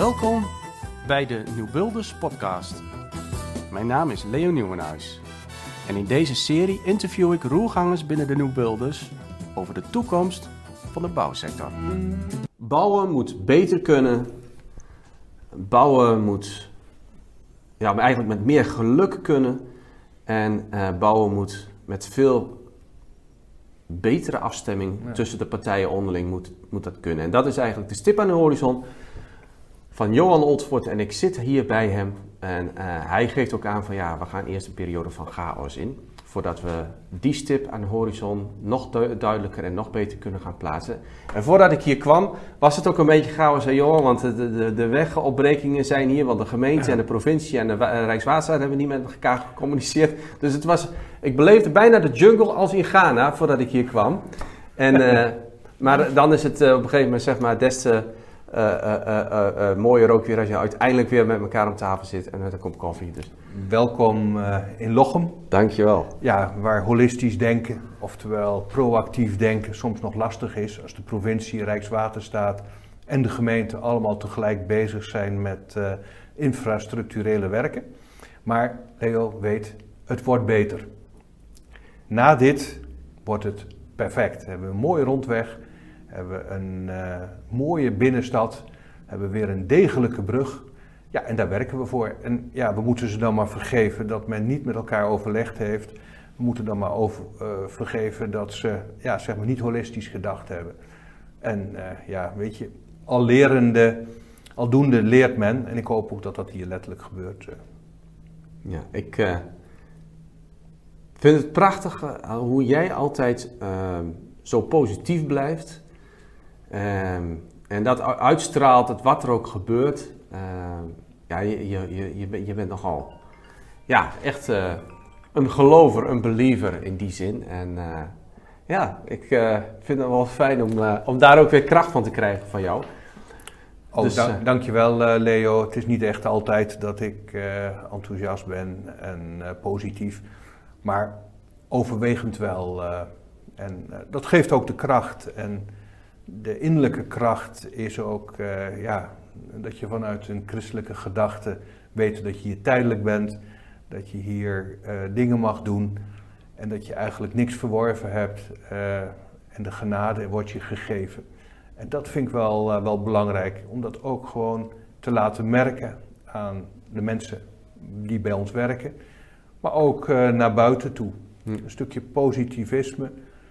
Welkom bij de Nieuwbuilders podcast. Mijn naam is Leo Nieuwenhuis en in deze serie interview ik roergangers binnen de Nieuwbuilders over de toekomst van de bouwsector. Bouwen moet beter kunnen. Bouwen moet eigenlijk met meer geluk kunnen. En bouwen moet met veel betere afstemming tussen de partijen onderling moet dat kunnen. En dat is eigenlijk de stip aan de horizon van Johan Oltvoort. En ik zit hier bij hem. En hij geeft ook aan van we gaan eerst een periode van chaos in. Voordat we die stip aan de horizon nog duidelijker en nog beter kunnen gaan plaatsen. En voordat ik hier kwam, was het ook een beetje chaos, hè Johan? Want de wegopbrekingen zijn hier, want de gemeente en de provincie en de Rijkswaterstaat hebben niet met elkaar gecommuniceerd. Dus ik beleefde bijna de jungle als in Ghana voordat ik hier kwam. En, maar dan is het op een gegeven moment zeg maar des te mooier ook weer als je uiteindelijk weer met elkaar om tafel zit en met een kop koffie. Dus. Welkom in Lochem. Dankjewel. Ja, waar holistisch denken, oftewel proactief denken, soms nog lastig is als de provincie, Rijkswaterstaat en de gemeente allemaal tegelijk bezig zijn met infrastructurele werken. Maar Leo weet, het wordt beter. Na dit wordt het perfect. We hebben een mooie rondweg, hebben we een mooie binnenstad, hebben we weer een degelijke brug. Ja, en daar werken we voor. En we moeten ze dan maar vergeven dat men niet met elkaar overlegd heeft. We moeten dan maar vergeven dat ze zeg maar niet holistisch gedacht hebben. En weet je, aldoende leert men. En ik hoop ook dat dat hier letterlijk gebeurt. Ja, ik vind het prachtig hoe jij altijd zo positief blijft. En dat uitstraalt, het wat er ook gebeurt. Je bent nogal echt een gelover, een believer in die zin. En ik vind het wel fijn om daar ook weer kracht van te krijgen van jou. Dus, dankjewel Leo. Het is niet echt altijd dat ik enthousiast ben en positief, maar overwegend wel. En dat geeft ook de kracht. En de innerlijke kracht is ook dat je vanuit een christelijke gedachte weet dat je hier tijdelijk bent, dat je hier dingen mag doen en dat je eigenlijk niks verworven hebt en de genade wordt je gegeven. En dat vind ik wel belangrijk, om dat ook gewoon te laten merken aan de mensen die bij ons werken, maar ook naar buiten toe. Een stukje positivisme,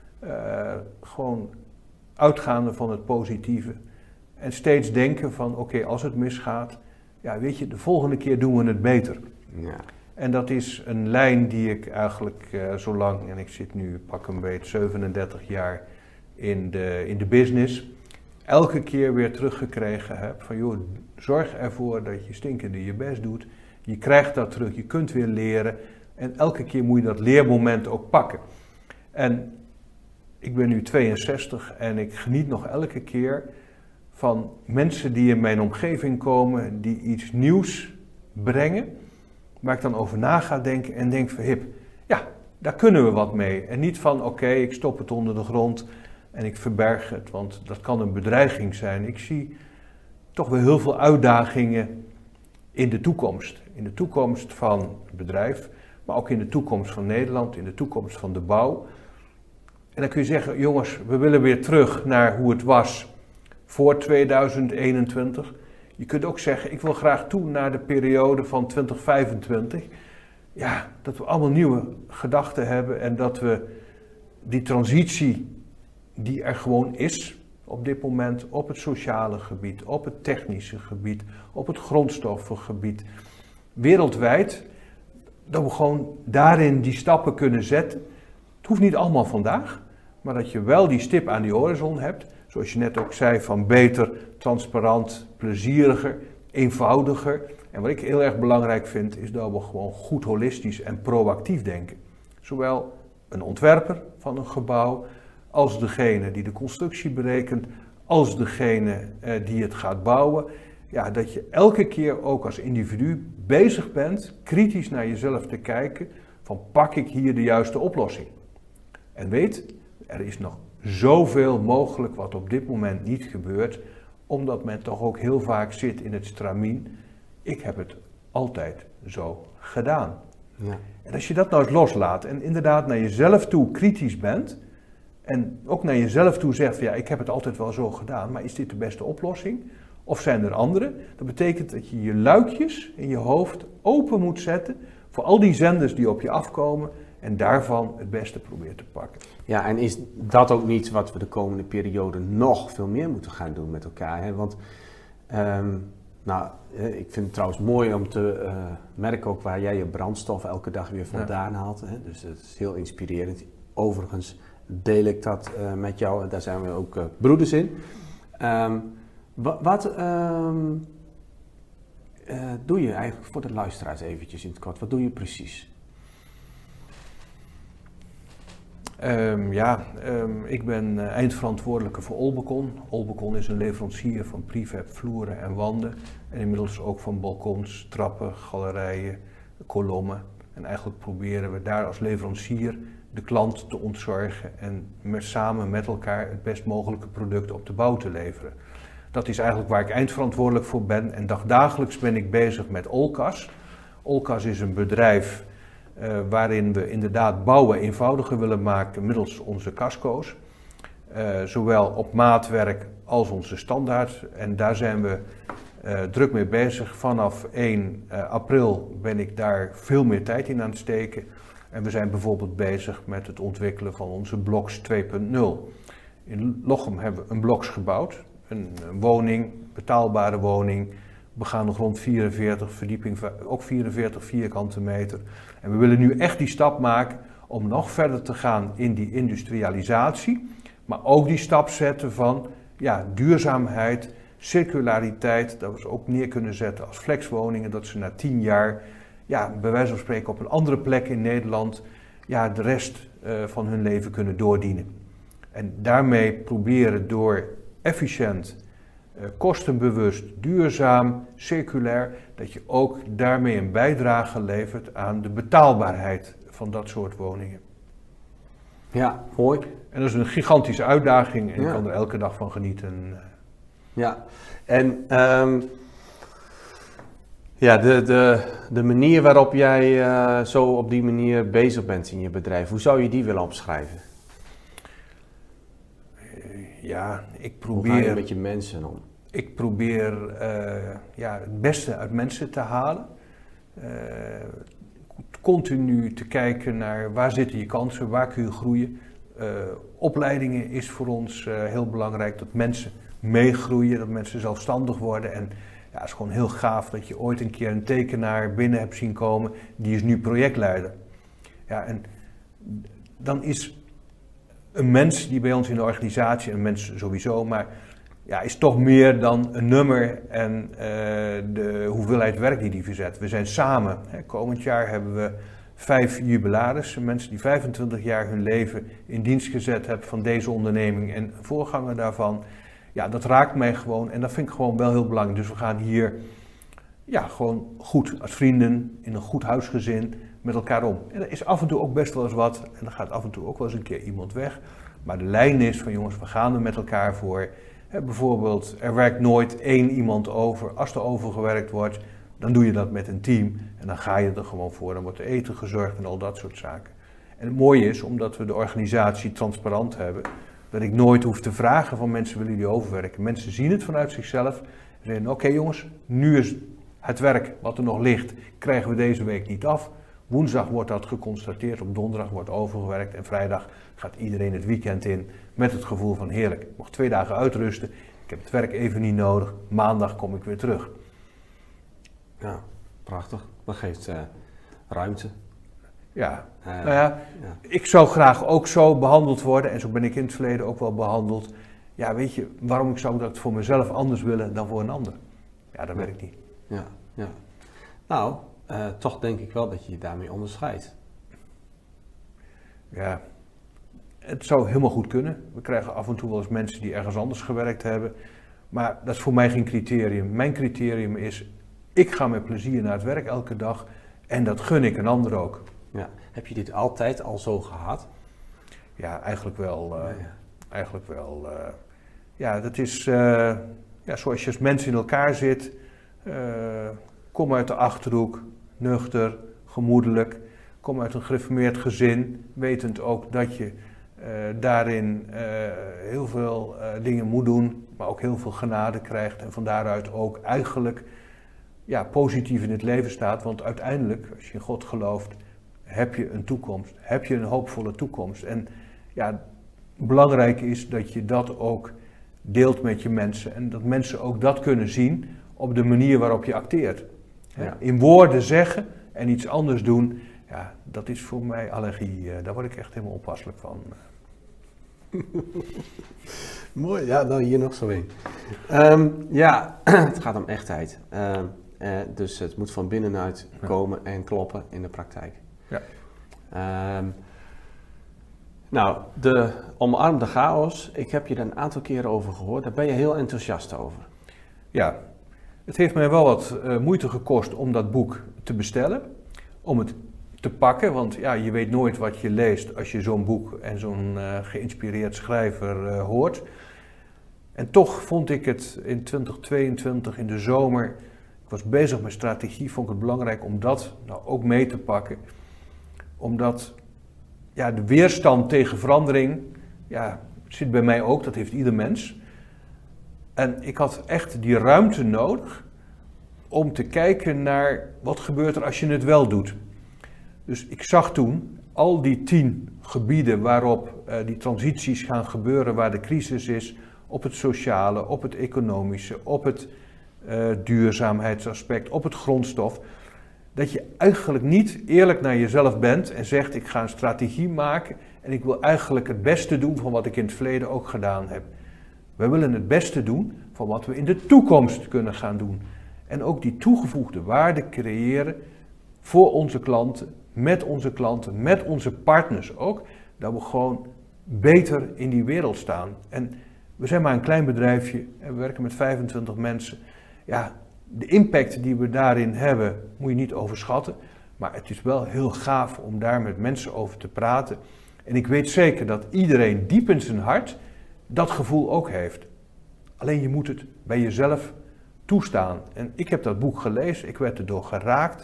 gewoon uitgaande van het positieve. En steeds denken van oké, als het misgaat, weet je, de volgende keer doen we het beter. Ja. En dat is een lijn die ik eigenlijk zo lang, en ik zit nu pak een beetje 37 jaar in de business, elke keer weer teruggekregen heb van zorg ervoor dat je stinkende je best doet. Je krijgt dat terug, je kunt weer leren en elke keer moet je dat leermoment ook pakken. En ik ben nu 62 en ik geniet nog elke keer van mensen die in mijn omgeving komen, die iets nieuws brengen, waar ik dan over na ga denken en denk van daar kunnen we wat mee. En niet van oké, ik stop het onder de grond en ik verberg het, want dat kan een bedreiging zijn. Ik zie toch wel heel veel uitdagingen in de toekomst. In de toekomst van het bedrijf, maar ook in de toekomst van Nederland, in de toekomst van de bouw. En dan kun je zeggen, jongens, we willen weer terug naar hoe het was voor 2021. Je kunt ook zeggen, ik wil graag toe naar de periode van 2025. Ja, dat we allemaal nieuwe gedachten hebben en dat we die transitie die er gewoon is op dit moment op het sociale gebied, op het technische gebied, op het grondstoffengebied, wereldwijd, dat we gewoon daarin die stappen kunnen zetten. Het hoeft niet allemaal vandaag, maar dat je wel die stip aan die horizon hebt. Zoals je net ook zei, van beter, transparant, plezieriger, eenvoudiger. En wat ik heel erg belangrijk vind, is dat we gewoon goed holistisch en proactief denken. Zowel een ontwerper van een gebouw, als degene die de constructie berekent, als degene die het gaat bouwen. Ja, dat je elke keer ook als individu bezig bent, kritisch naar jezelf te kijken, van pak ik hier de juiste oplossing? En weet, er is nog zoveel mogelijk wat op dit moment niet gebeurt omdat men toch ook heel vaak zit in het stramien. Ik heb het altijd zo gedaan. Ja. En als je dat nou eens loslaat en inderdaad naar jezelf toe kritisch bent en ook naar jezelf toe zegt van ja, ik heb het altijd wel zo gedaan, maar is dit de beste oplossing? Of zijn er andere? Dat betekent dat je je luikjes in je hoofd open moet zetten voor al die zenders die op je afkomen en daarvan het beste probeert te pakken. Ja, en is dat ook niet wat we de komende periode nog veel meer moeten gaan doen met elkaar? Hè? Want ik vind het trouwens mooi om te merken ook waar jij je brandstof elke dag weer vandaan haalt. Hè? Dus dat is heel inspirerend. Overigens deel ik dat met jou en daar zijn we ook broeders in. Wat doe je eigenlijk voor de luisteraars eventjes in het kort? Wat doe je precies? Ik ben eindverantwoordelijke voor Olbecon. Olbecon is een leverancier van prefab vloeren en wanden. En inmiddels ook van balkons, trappen, galerijen, kolommen. En eigenlijk proberen we daar als leverancier de klant te ontzorgen en samen met elkaar het best mogelijke product op de bouw te leveren. Dat is eigenlijk waar ik eindverantwoordelijk voor ben. En dagelijks ben ik bezig met Olcas. Olcas is een bedrijf waarin we inderdaad bouwen eenvoudiger willen maken middels onze casco's. Zowel op maatwerk als onze standaard. En daar zijn we druk mee bezig. Vanaf 1 april ben ik daar veel meer tijd in aan het steken. En we zijn bijvoorbeeld bezig met het ontwikkelen van onze Bloks 2.0. In Lochem hebben we een Bloks gebouwd. Een woning, betaalbare woning. We gaan nog rond 44 verdieping, ook 44 vierkante meter. En we willen nu echt die stap maken om nog verder te gaan in die industrialisatie. Maar ook die stap zetten van duurzaamheid, circulariteit. Dat we ze ook neer kunnen zetten als flexwoningen. Dat ze na 10 jaar, bij wijze van spreken op een andere plek in Nederland, de rest van hun leven kunnen doordienen. En daarmee proberen door efficiënt, kostenbewust, duurzaam, circulair, dat je ook daarmee een bijdrage levert aan de betaalbaarheid van dat soort woningen. Ja, mooi. En dat is een gigantische uitdaging en ik kan er elke dag van genieten. Ja, en de manier waarop jij zo op die manier bezig bent in je bedrijf, hoe zou je die willen omschrijven? Ik probeer... Hoe ga je met je mensen om? Ik probeer het beste uit mensen te halen. Continu te kijken naar waar zitten je kansen, waar kun je groeien. Opleidingen is voor ons heel belangrijk, dat mensen meegroeien, dat mensen zelfstandig worden. En het is gewoon heel gaaf dat je ooit een keer een tekenaar binnen hebt zien komen, die is nu projectleider. Ja, en dan is een mens die bij ons in de organisatie, een mens sowieso, maar is toch meer dan een nummer en de hoeveelheid werk die verzet. We zijn samen. Komend jaar hebben we 5 jubilarissen, mensen die 25 jaar hun leven in dienst gezet hebben van deze onderneming en voorganger daarvan. Ja, dat raakt mij gewoon en dat vind ik gewoon wel heel belangrijk. Dus we gaan hier gewoon goed als vrienden in een goed huisgezin met elkaar om. En er is af en toe ook best wel eens wat en er gaat af en toe ook wel eens een keer iemand weg. Maar de lijn is van jongens, we gaan er met elkaar voor. Bijvoorbeeld, er werkt nooit 1 iemand over. Als er overgewerkt wordt, dan doe je dat met een team. En dan ga je er gewoon voor. Dan wordt er eten gezorgd en al dat soort zaken. En het mooie is, omdat we de organisatie transparant hebben, dat ik nooit hoef te vragen van mensen, willen jullie overwerken? Mensen zien het vanuit zichzelf. En zeggen, oké jongens, nu is het werk wat er nog ligt, krijgen we deze week niet af. Woensdag wordt dat geconstateerd, op donderdag wordt overgewerkt en vrijdag gaat iedereen het weekend in met het gevoel van heerlijk. Ik mag 2 dagen uitrusten, ik heb het werk even niet nodig, maandag kom ik weer terug. Ja, prachtig. Dat geeft ruimte. Ik zou graag ook zo behandeld worden en zo ben ik in het verleden ook wel behandeld. Ja, weet je, waarom zou ik dat voor mezelf anders willen dan voor een ander? Ja, dat werkt niet. Ja. Nou, toch denk ik wel dat je je daarmee onderscheidt. Ja, het zou helemaal goed kunnen. We krijgen af en toe wel eens mensen die ergens anders gewerkt hebben. Maar dat is voor mij geen criterium. Mijn criterium is, ik ga met plezier naar het werk elke dag en dat gun ik een ander ook. Ja. Heb je dit altijd al zo gehad? Ja, eigenlijk wel. Eigenlijk wel. Dat is zoals je als mens in elkaar zit, kom uit de Achterhoek, nuchter, gemoedelijk, kom uit een gereformeerd gezin, wetend ook dat je daarin heel veel dingen moet doen, maar ook heel veel genade krijgt en van daaruit ook eigenlijk positief in het leven staat. Want uiteindelijk, als je in God gelooft, heb je een toekomst, heb je een hoopvolle toekomst. En belangrijk is dat je dat ook deelt met je mensen en dat mensen ook dat kunnen zien op de manier waarop je acteert. Ja. In woorden zeggen en iets anders doen, dat is voor mij allergie. Daar word ik echt helemaal onpasselijk van. Mooi, nou hier nog zo een. Het gaat om echtheid. Dus het moet van binnenuit komen en kloppen in de praktijk. Ja. De omarmde chaos, ik heb je er een aantal keren over gehoord. Daar ben je heel enthousiast over. Ja, het heeft mij wel wat moeite gekost om dat boek te bestellen. Om het te pakken, want je weet nooit wat je leest als je zo'n boek en zo'n geïnspireerd schrijver hoort. En toch vond ik het in 2022 in de zomer, ik was bezig met strategie, vond ik het belangrijk om dat ook mee te pakken. Omdat de weerstand tegen verandering, zit bij mij ook, dat heeft ieder mens. En ik had echt die ruimte nodig om te kijken naar wat gebeurt er als je het wel doet. Dus ik zag toen al die 10 gebieden waarop die transities gaan gebeuren, waar de crisis is, op het sociale, op het economische, op het duurzaamheidsaspect, op het grondstof. Dat je eigenlijk niet eerlijk naar jezelf bent en zegt ik ga een strategie maken en ik wil eigenlijk het beste doen van wat ik in het verleden ook gedaan heb. We willen het beste doen van wat we in de toekomst kunnen gaan doen. En ook die toegevoegde waarde creëren voor onze klanten, met onze partners ook. Dat we gewoon beter in die wereld staan. En we zijn maar een klein bedrijfje en we werken met 25 mensen. De impact die we daarin hebben moet je niet overschatten. Maar het is wel heel gaaf om daar met mensen over te praten. En ik weet zeker dat iedereen diep in zijn hart dat gevoel ook heeft. Alleen je moet het bij jezelf toestaan. En ik heb dat boek gelezen, ik werd erdoor geraakt.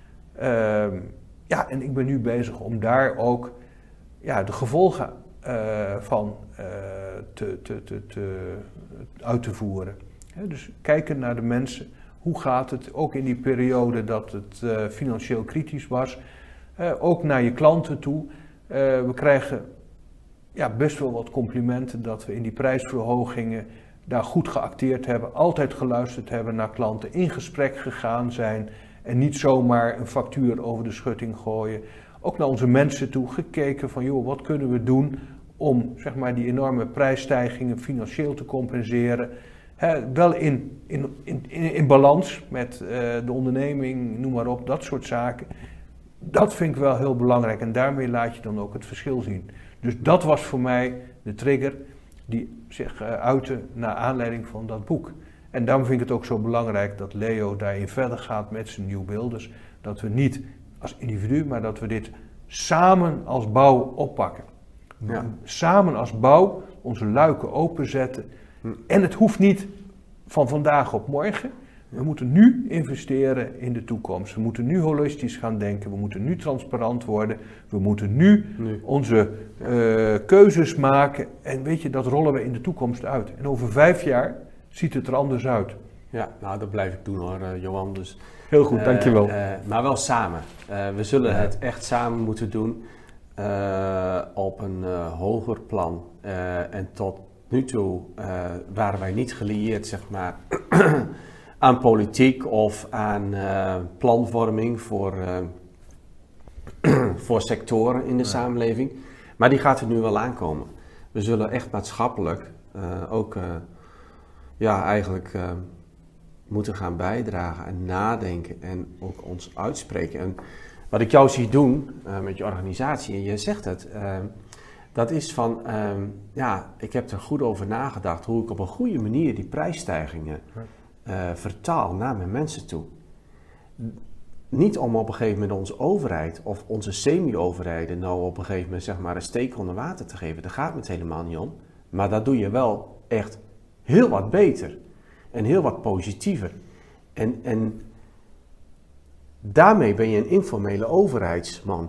En ik ben nu bezig om daar ook de gevolgen van uit te voeren. Dus kijken naar de mensen. Hoe gaat het, ook in die periode dat het financieel kritisch was. Ook naar je klanten toe. We krijgen best wel wat complimenten dat we in die prijsverhogingen daar goed geacteerd hebben. Altijd geluisterd hebben naar klanten, in gesprek gegaan zijn. En niet zomaar een factuur over de schutting gooien. Ook naar onze mensen toe gekeken van wat kunnen we doen om die enorme prijsstijgingen financieel te compenseren. Wel in balans met de onderneming, noem maar op, dat soort zaken. Dat vind ik wel heel belangrijk en daarmee laat je dan ook het verschil zien. Dus dat was voor mij de trigger die zich uitte naar aanleiding van dat boek. En daarom vind ik het ook zo belangrijk dat Leo daarin verder gaat met zijn New Builders. Dat we niet als individu, maar dat we dit samen als bouw oppakken. Ja. Samen als bouw onze luiken openzetten. En het hoeft niet van vandaag op morgen. We moeten nu investeren in de toekomst. We moeten nu holistisch gaan denken. We moeten nu transparant worden. We moeten nu onze keuzes maken. En weet je, dat rollen we in de toekomst uit. En over 5 jaar ziet het er anders uit. Ja, dat blijf ik doen hoor, Johan. Dus, heel goed, dankjewel. Maar wel samen. We zullen het echt samen moeten doen op een hoger plan. En tot nu toe waren wij niet gelieerd, aan politiek of aan planvorming voor sectoren in de samenleving. Maar die gaat er nu wel aankomen. We zullen echt maatschappelijk ook moeten gaan bijdragen en nadenken en ook ons uitspreken. En wat ik jou zie doen met je organisatie, en je zegt het, dat is van, ik heb er goed over nagedacht hoe ik op een goede manier die prijsstijgingen vertaal naar mijn mensen toe. Niet om op een gegeven moment onze overheid of onze semi-overheden nou op een gegeven moment een steek onder water te geven. Daar gaat het helemaal niet om. Maar dat doe je wel echt heel wat beter. en heel wat positiever. En daarmee ben je een informele overheidsman.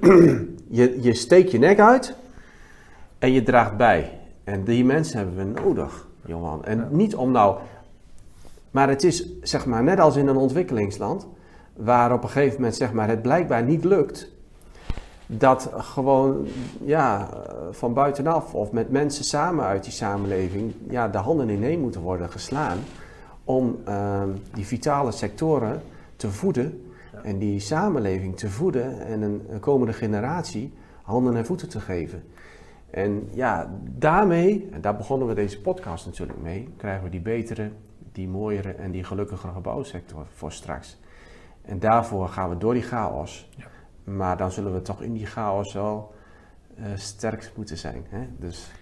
Je steekt je nek uit en je draagt bij. En die mensen hebben we nodig, Johan. En niet om nou... Maar het is, zeg maar, net als in een ontwikkelingsland, waar op een gegeven moment, zeg maar, het blijkbaar niet lukt, dat gewoon, van buitenaf of met mensen samen uit die samenleving, de handen ineen moeten worden geslaan om die vitale sectoren te voeden en die samenleving te voeden en een komende generatie handen en voeten te geven. En daarmee, en daar begonnen we deze podcast natuurlijk mee, krijgen we die betere, die mooiere en die gelukkigere bouwsector voor straks. En daarvoor gaan we door die chaos. Ja. Maar dan zullen we toch in die chaos wel sterk moeten zijn. Hè? Dus,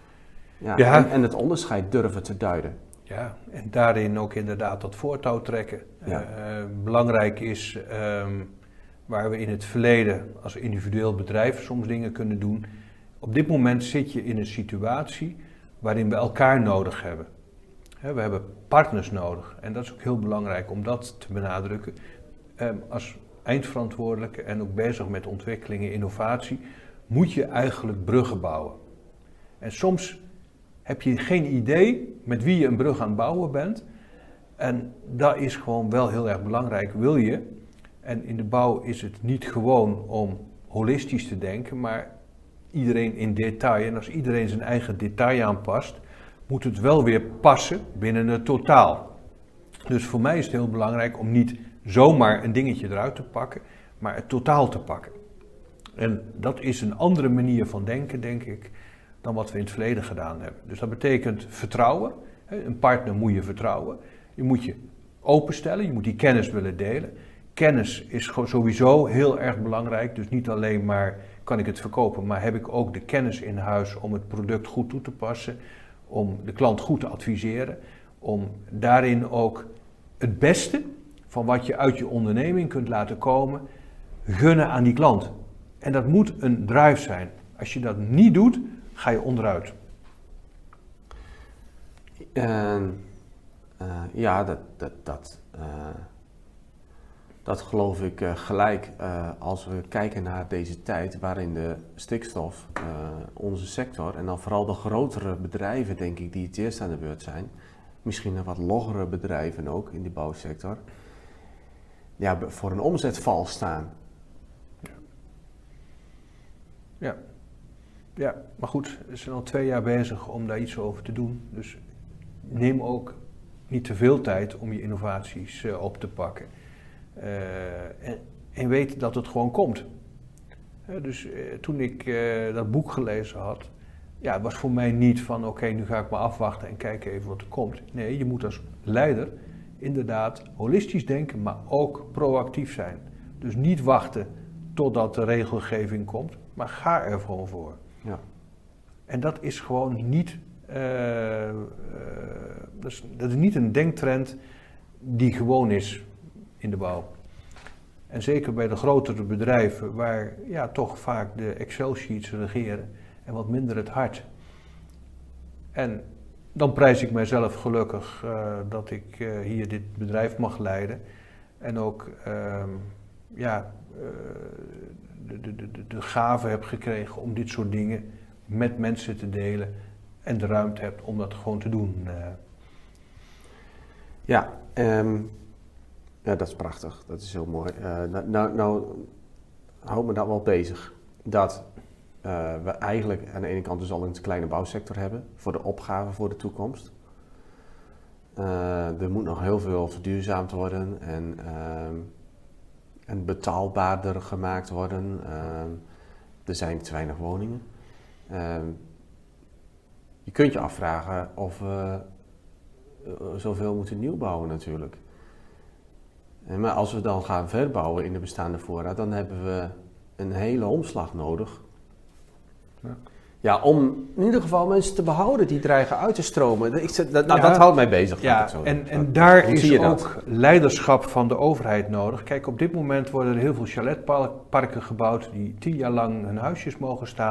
en het onderscheid durven te duiden. Ja, en daarin ook inderdaad dat voortouw trekken. Ja. Belangrijk is, waar we in het verleden als individueel bedrijf soms dingen kunnen doen. Op dit moment zit je in een situatie waarin we elkaar nodig hebben. We hebben partners nodig en dat is ook heel belangrijk om dat te benadrukken. Als eindverantwoordelijke en ook bezig met ontwikkeling en innovatie moet je eigenlijk bruggen bouwen. En soms heb je geen idee met wie je een brug aan het bouwen bent. En dat is gewoon wel heel erg belangrijk, wil je. En in de bouw is het niet gewoon om holistisch te denken, maar iedereen in detail. En als iedereen zijn eigen detail aanpast, moet het wel weer passen binnen het totaal. Dus voor mij is het heel belangrijk om niet zomaar een dingetje eruit te pakken, maar het totaal te pakken. En dat is een andere manier van denken, denk ik, dan wat we in het verleden gedaan hebben. Dus dat betekent vertrouwen. Een partner moet je vertrouwen. Je moet je openstellen, je moet die kennis willen delen. Kennis is sowieso heel erg belangrijk, dus niet alleen maar kan ik het verkopen, maar heb ik ook de kennis in huis om het product goed toe te passen, om de klant goed te adviseren, om daarin ook het beste van wat je uit je onderneming kunt laten komen, gunnen aan die klant. En dat moet een drive zijn. Als je dat niet doet, ga je onderuit. Dat geloof ik gelijk als we kijken naar deze tijd waarin de stikstof, onze sector en dan vooral de grotere bedrijven, denk ik, die het eerst aan de beurt zijn, misschien een wat logere bedrijven ook in de bouwsector, voor een omzetval staan. Ja, maar goed, we zijn al 2 jaar bezig om daar iets over te doen. Dus neem ook niet te veel tijd om je innovaties op te pakken. En weet dat het gewoon komt. Dus toen ik dat boek gelezen had, het was voor mij niet van oké, nu ga ik maar afwachten en kijken even wat er komt. Nee, je moet als leider inderdaad holistisch denken, maar ook proactief zijn. Dus niet wachten totdat de regelgeving komt, maar ga er gewoon voor. Ja. En dat is gewoon niet, dat is niet een denktrend die gewoon is in de bouw. En zeker bij de grotere bedrijven waar toch vaak de Excel-sheets regeren en wat minder het hart. En dan prijs ik mijzelf gelukkig dat ik hier dit bedrijf mag leiden. En ook de gave heb gekregen om dit soort dingen met mensen te delen. En de ruimte heb om dat gewoon te doen. Ja, dat is prachtig. Dat is heel mooi. Nou houdt me dat wel bezig. Dat we eigenlijk aan de ene kant dus al een kleine bouwsector hebben voor de opgave voor de toekomst. Er moet nog heel veel verduurzaamd worden en betaalbaarder gemaakt worden. Er zijn te weinig woningen. Je kunt je afvragen of we zoveel moeten nieuw bouwen natuurlijk. Maar als we dan gaan verbouwen in de bestaande voorraad, dan hebben we een hele omslag nodig. Ja, om in ieder geval mensen te behouden die dreigen uit te stromen. Dat houdt mij bezig. Ja, en daar is ook leiderschap van de overheid nodig. Kijk, op dit moment worden er heel veel chaletparken gebouwd die 10 jaar lang hun huisjes mogen staan.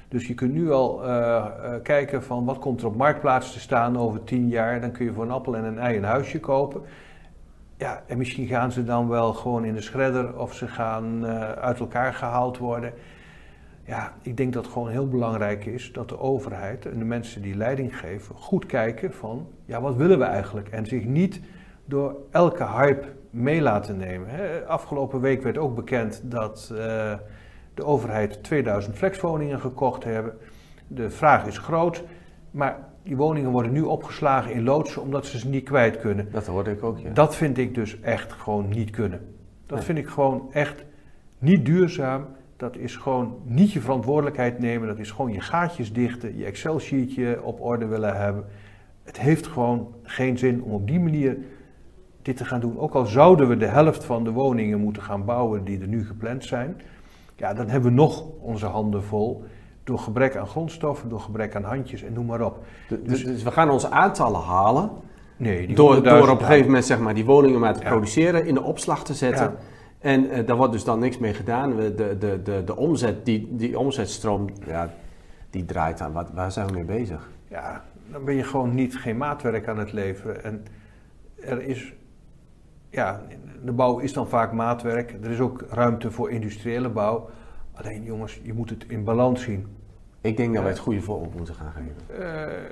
Dus je kunt nu al kijken van wat komt er op Marktplaats te staan over 10 jaar. Dan kun je voor een appel en een ei een huisje kopen. Ja, en misschien gaan ze dan wel gewoon in de shredder of ze gaan uit elkaar gehaald worden. Ja, ik denk dat het gewoon heel belangrijk is dat de overheid en de mensen die leiding geven goed kijken van, ja, wat willen we eigenlijk? En zich niet door elke hype mee laten nemen. Afgelopen week werd ook bekend dat de overheid 2000 flexwoningen gekocht hebben. De vraag is groot, maar die woningen worden nu opgeslagen in loodsen omdat ze niet kwijt kunnen. Dat hoorde ik ook, ja. Dat vind ik dus echt gewoon niet kunnen. Dat vind ik gewoon echt niet duurzaam. Dat is gewoon niet je verantwoordelijkheid nemen. Dat is gewoon je gaatjes dichten, je Excel-sheetje op orde willen hebben. Het heeft gewoon geen zin om op die manier dit te gaan doen. Ook al zouden we de helft van de woningen moeten gaan bouwen die er nu gepland zijn. Ja, dan hebben we nog onze handen vol. Door gebrek aan grondstoffen, door gebrek aan handjes en noem maar op. Dus we gaan onze aantallen halen. Nee, door op een gegeven moment zeg maar, die woningen maar te produceren, in de opslag te zetten. Ja. En daar wordt dus dan niks mee gedaan. De omzet, die omzetstroom, ja, die draait aan. Waar zijn we mee bezig? Ja, dan ben je gewoon geen maatwerk aan het leveren. En er is, ja, de bouw is dan vaak maatwerk. Er is ook ruimte voor industriële bouw. Alleen jongens, je moet het in balans zien. Ik denk dat wij het goede voorbeeld moeten gaan geven.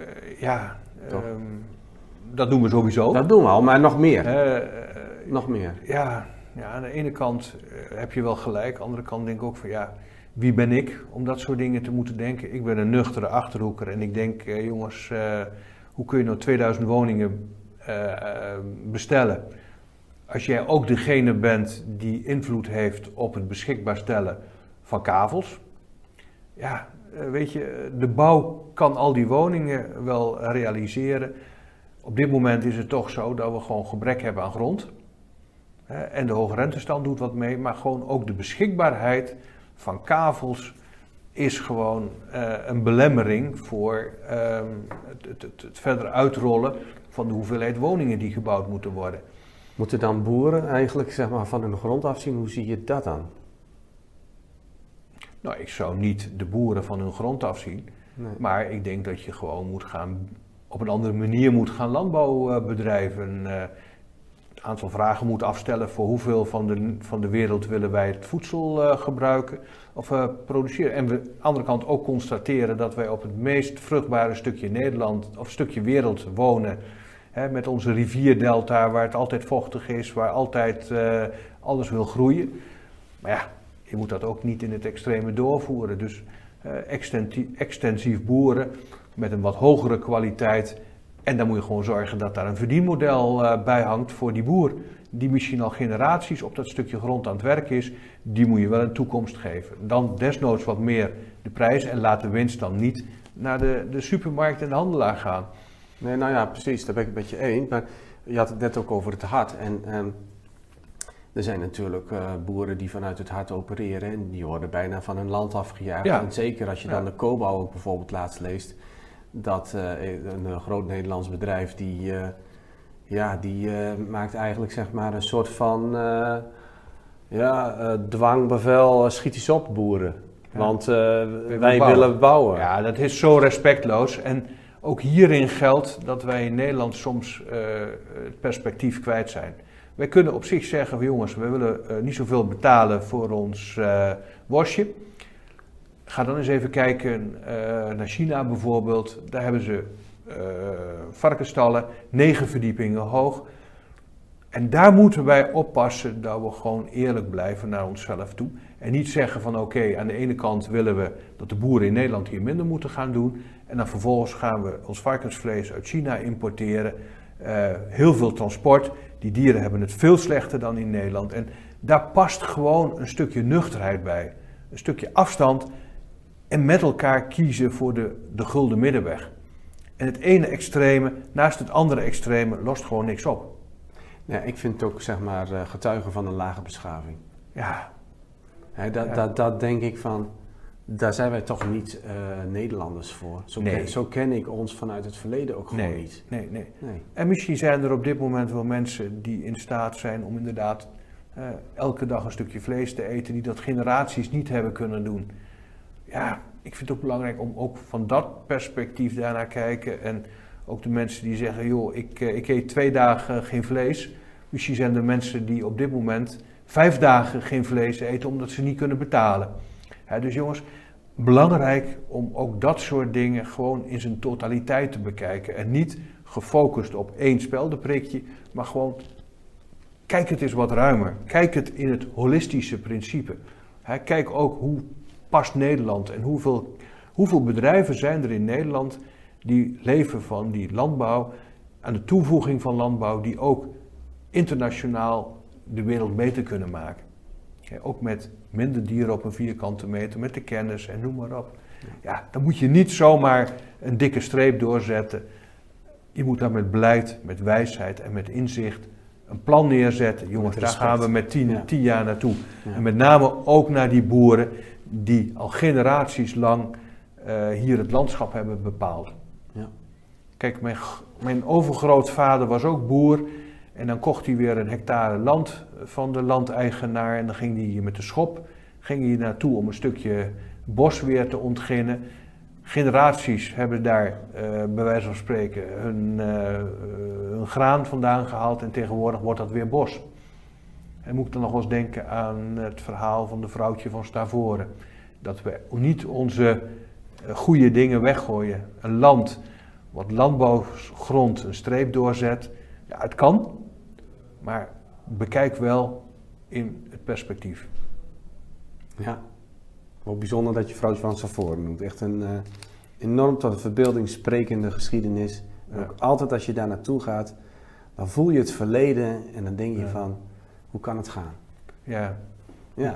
Dat doen we sowieso. Dat doen we al, maar nog meer. Nog meer. Ja, aan de ene kant heb je wel gelijk. Aan de andere kant denk ik ook van ja, wie ben ik om dat soort dingen te moeten denken? Ik ben een nuchtere Achterhoeker en ik denk jongens, hoe kun je nou 2000 woningen bestellen? Als jij ook degene bent die invloed heeft op het beschikbaar stellen van kavels. Ja, weet je, de bouw kan al die woningen wel realiseren. Op dit moment is het toch zo dat we gewoon gebrek hebben aan grond. En de hoge rentestand doet wat mee, maar gewoon ook de beschikbaarheid van kavels is gewoon een belemmering voor het verder uitrollen van de hoeveelheid woningen die gebouwd moeten worden. Moeten dan boeren eigenlijk zeg maar, van hun grond afzien? Hoe zie je dat dan? Nou, ik zou niet de boeren van hun grond afzien, maar ik denk dat je gewoon op een andere manier moet gaan landbouw bedrijven. Een aantal vragen moet afstellen voor hoeveel van de wereld willen wij het voedsel gebruiken of produceren. En we aan de andere kant ook constateren dat wij op het meest vruchtbare stukje Nederland of stukje wereld wonen. Met onze rivierdelta waar het altijd vochtig is, waar altijd alles wil groeien. Maar ja, je moet dat ook niet in het extreme doorvoeren. Dus extensief boeren met een wat hogere kwaliteit. En dan moet je gewoon zorgen dat daar een verdienmodel bij hangt voor die boer. Die misschien al generaties op dat stukje grond aan het werk is. Die moet je wel een toekomst geven. Dan desnoods wat meer de prijs en laat de winst dan niet naar de supermarkt en de handelaar gaan. Nee, nou ja, precies, daar ben ik het met je eens. Maar je had het net ook over het hart. En er zijn natuurlijk boeren die vanuit het hart opereren en die worden bijna van hun land afgejaagd. Ja. En zeker als je dan de Cobouw ook bijvoorbeeld laatst leest, dat een groot Nederlands bedrijf die maakt eigenlijk zeg maar een soort van dwangbevel, schiet eens op boeren. Ja. Want wij willen bouwen. Ja, dat is zo respectloos. En ook hierin geldt dat wij in Nederland soms het perspectief kwijt zijn. Wij kunnen op zich zeggen van jongens, we willen niet zoveel betalen voor ons worstje. Ga dan eens even kijken naar China bijvoorbeeld. Daar hebben ze varkensstallen, 9 verdiepingen hoog. En daar moeten wij oppassen dat we gewoon eerlijk blijven naar onszelf toe. En niet zeggen van oké, aan de ene kant willen we dat de boeren in Nederland hier minder moeten gaan doen. En dan vervolgens gaan we ons varkensvlees uit China importeren. Heel veel transport. Die dieren hebben het veel slechter dan in Nederland. En daar past gewoon een stukje nuchterheid bij. Een stukje afstand. En met elkaar kiezen voor de gulden middenweg. En het ene extreme naast het andere extreme lost gewoon niks op. Ja, ik vind het ook zeg maar getuigen van een lage beschaving. Ja. Dat denk ik van, daar zijn wij toch niet Nederlanders voor. Zo ken ik ons vanuit het verleden ook gewoon niet. Nee. En misschien zijn er op dit moment wel mensen die in staat zijn om inderdaad elke dag een stukje vlees te eten, die dat generaties niet hebben kunnen doen. Ja, ik vind het ook belangrijk om ook van dat perspectief daarnaar te kijken. En ook de mensen die zeggen, joh, ik eet 2 dagen geen vlees. Misschien zijn er mensen die op dit moment 5 dagen geen vlees eten omdat ze niet kunnen betalen. Dus jongens, belangrijk om ook dat soort dingen gewoon in zijn totaliteit te bekijken. En niet gefocust op 1 speldenprikje, maar gewoon kijk het eens wat ruimer. Kijk het in het holistische principe. Kijk ook hoe past Nederland en hoeveel bedrijven zijn er in Nederland die leven van die landbouw, aan de toevoeging van landbouw, die ook internationaal de wereld beter kunnen maken. Ook met minder dieren op een vierkante meter, met de kennis en noem maar op. Ja, dan moet je niet zomaar een dikke streep doorzetten. Je moet daar met beleid, met wijsheid en met inzicht een plan neerzetten. Jongens, daar gaan we met 10 jaar naartoe. Ja. En met name ook naar die boeren die al generaties lang hier het landschap hebben bepaald. Ja. Kijk, mijn overgrootvader was ook boer. En dan kocht hij weer een hectare land van de landeigenaar. En dan ging hij met de schop naartoe om een stukje bos weer te ontginnen. Generaties hebben daar bij wijze van spreken hun graan vandaan gehaald. En tegenwoordig wordt dat weer bos. En moet ik dan nog wel eens denken aan het verhaal van de vrouwtje van Stavoren. Dat we niet onze goede dingen weggooien. Een land wat landbouwgrond een streep doorzet. Ja, het kan. Maar bekijk wel in het perspectief. Ja, wel bijzonder dat je vrouwtje van Stavoren noemt. Echt een enorm tot de verbeelding sprekende geschiedenis. Ja. Ook altijd als je daar naartoe gaat, dan voel je het verleden en dan denk je van, hoe kan het gaan? Ja. Ja,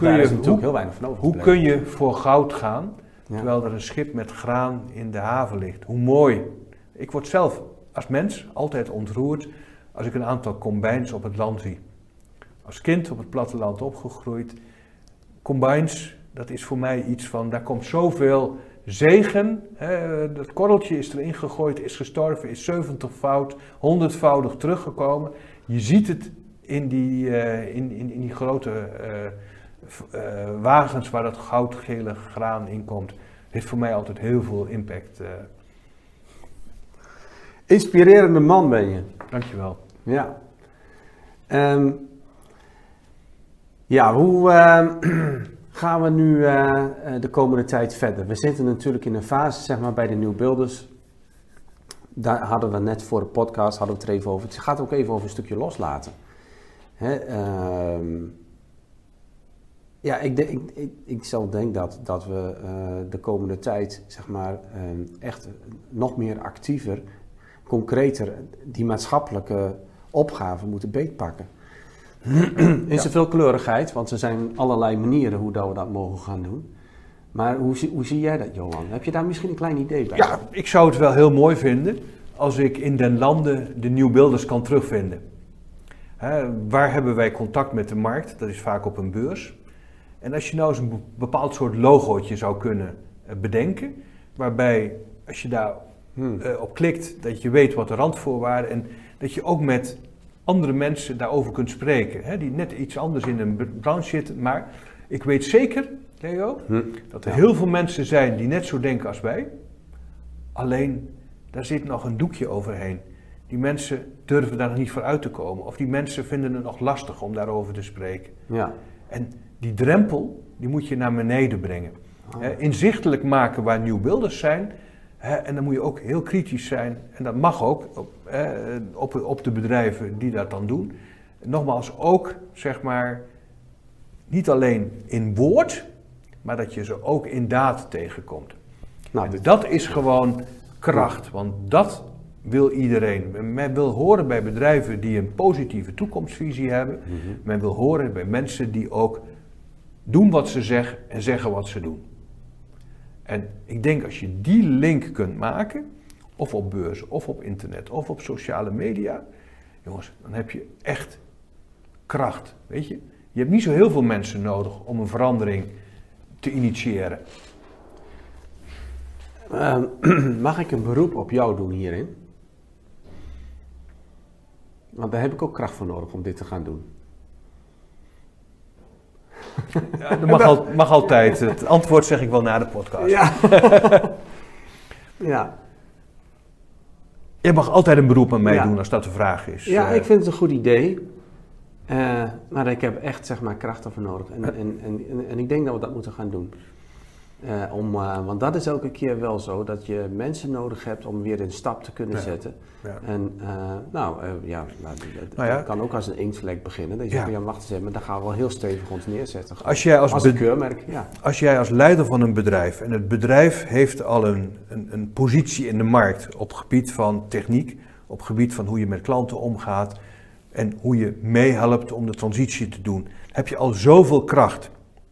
hoe kun je voor goud gaan, terwijl er een schip met graan in de haven ligt? Hoe mooi. Ik word zelf als mens altijd ontroerd als ik een aantal combines op het land zie. Als kind op het platteland opgegroeid. Combines, dat is voor mij iets van, daar komt zoveel zegen. Dat korreltje is erin gegooid, is gestorven, is 70-foud, 100-voudig teruggekomen. Je ziet het in die grote wagens waar dat goudgele graan in komt. Het heeft voor mij altijd heel veel impact. Inspirerende man ben je. Dankjewel. Ja. Hoe gaan we nu de komende tijd verder? We zitten natuurlijk in een fase, zeg maar, bij de Nieuwbuilders. Daar hadden we net voor de podcast, hadden we het er even over. Het gaat ook even over een stukje loslaten. Ik zelf denk dat we de komende tijd, zeg maar, echt nog meer actiever, concreter die maatschappelijke opgaven moeten beetpakken. In zoveel kleurigheid, want er zijn allerlei manieren hoe we dat mogen gaan doen. Maar hoe zie jij dat, Johan? Heb je daar misschien een klein idee bij? Ja, ik zou het wel heel mooi vinden als ik in den landen de Nieuwbuilders kan terugvinden. Waar hebben wij contact met de markt? Dat is vaak op een beurs. En als je nou eens een bepaald soort logootje zou kunnen bedenken, waarbij als je daar op klikt, dat je weet wat de randvoorwaarden en dat je ook met andere mensen daarover kunt spreken, die net iets anders in een branche zitten. Maar ik weet zeker, Leo, dat er heel veel mensen zijn die net zo denken als wij. Alleen, daar zit nog een doekje overheen. Die mensen durven daar nog niet voor uit te komen. Of die mensen vinden het nog lastig om daarover te spreken. Ja. En die drempel, die moet je naar beneden brengen. Inzichtelijk maken waar Nieuwbuilders zijn. En dan moet je ook heel kritisch zijn. En dat mag ook op de bedrijven die dat dan doen. Nogmaals, ook zeg maar niet alleen in woord, maar dat je ze ook in daad tegenkomt. Nou, dat is gewoon kracht, want dat wil iedereen. Men wil horen bij bedrijven die een positieve toekomstvisie hebben. Mm-hmm. Men wil horen bij mensen die ook doen wat ze zeggen en zeggen wat ze doen. En ik denk als je die link kunt maken, of op beurs, of op internet, of op sociale media, jongens, dan heb je echt kracht, weet je. Je hebt niet zo heel veel mensen nodig om een verandering te initiëren. Mag ik een beroep op jou doen hierin? Want daar heb ik ook kracht voor nodig om dit te gaan doen. Ja, dat mag altijd. Het antwoord zeg ik wel na de podcast. Ja. Ja. Je mag altijd een beroep aan mij doen als dat de vraag is. Ja, ik vind het een goed idee. Maar ik heb echt zeg maar kracht voor nodig. En ik denk dat we dat moeten gaan doen. Want dat is elke keer wel zo, dat je mensen nodig hebt om weer een stap te kunnen zetten. Ja. En dat kan ook als een inktvlek beginnen. Dat je zegt, wacht eens even, maar dan gaan we wel heel stevig ons neerzetten. Als jij als een keurmerk, Als jij als leider van een bedrijf, en het bedrijf heeft al een positie in de markt op gebied van techniek, op gebied van hoe je met klanten omgaat en hoe je meehelpt om de transitie te doen, heb je al zoveel kracht.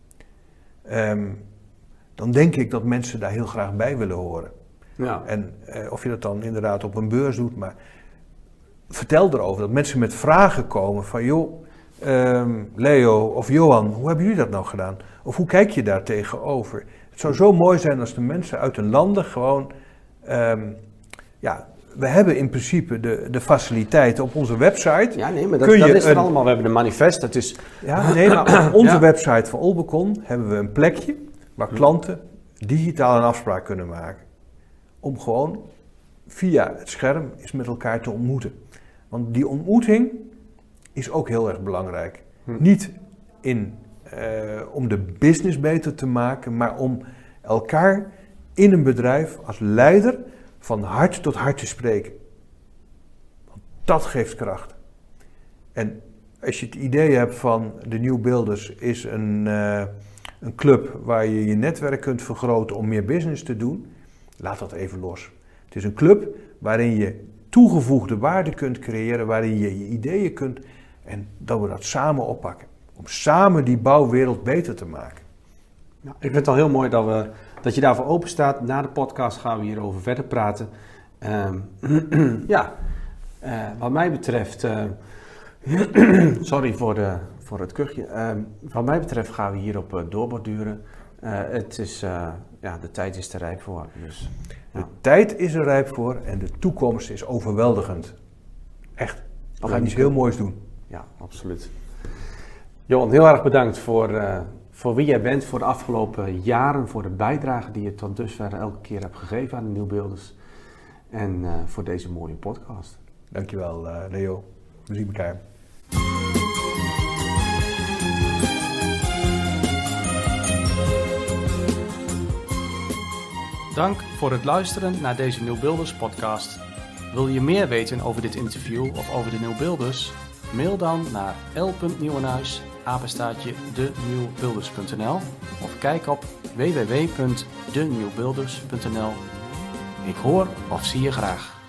Dan denk ik dat mensen daar heel graag bij willen horen. Ja. En of je dat dan inderdaad op een beurs doet, maar vertel erover dat mensen met vragen komen van joh, Leo of Johan, hoe hebben jullie dat nou gedaan? Of hoe kijk je daar tegenover? Het zou zo mooi zijn als de mensen uit hun landen gewoon, we hebben in principe de faciliteiten op onze website. Ja, nee, maar dat is er allemaal. We hebben een manifest, dat is... Ja, nee, maar op onze website van Olbecon hebben we een plekje waar klanten digitaal een afspraak kunnen maken. Om gewoon via het scherm eens met elkaar te ontmoeten. Want die ontmoeting is ook heel erg belangrijk. Niet om de business beter te maken, maar om elkaar in een bedrijf als leider van hart tot hart te spreken. Want dat geeft kracht. En als je het idee hebt van de New Builders is een club waar je je netwerk kunt vergroten om meer business te doen, laat dat even los. Het is een club waarin je toegevoegde waarde kunt creëren, waarin je je ideeën kunt en dat we dat samen oppakken. Om samen die bouwwereld beter te maken. Ja, ik vind het al heel mooi dat je daarvoor open staat. Na de podcast gaan we hierover verder praten. Wat mij betreft... sorry voor het kuchje. Wat mij betreft gaan we hierop doorborduren. De tijd is er rijp voor. Dus, de tijd is er rijp voor en de toekomst is overweldigend. Echt. We gaan iets heel moois doen. Ja, absoluut. Johan, heel erg bedankt voor wie jij bent, voor de afgelopen jaren, voor de bijdrage die je tot dusver elke keer hebt gegeven aan de New Builders. En voor deze mooie podcast. Dankjewel, Leo. We zien elkaar. Dank voor het luisteren naar deze New Builders podcast. Wil je meer weten over dit interview of over de New Builders? Mail dan naar l.nieuwenhuis@denewbuilders.nl of kijk op www.denewbuilders.nl. Ik hoor of zie je graag.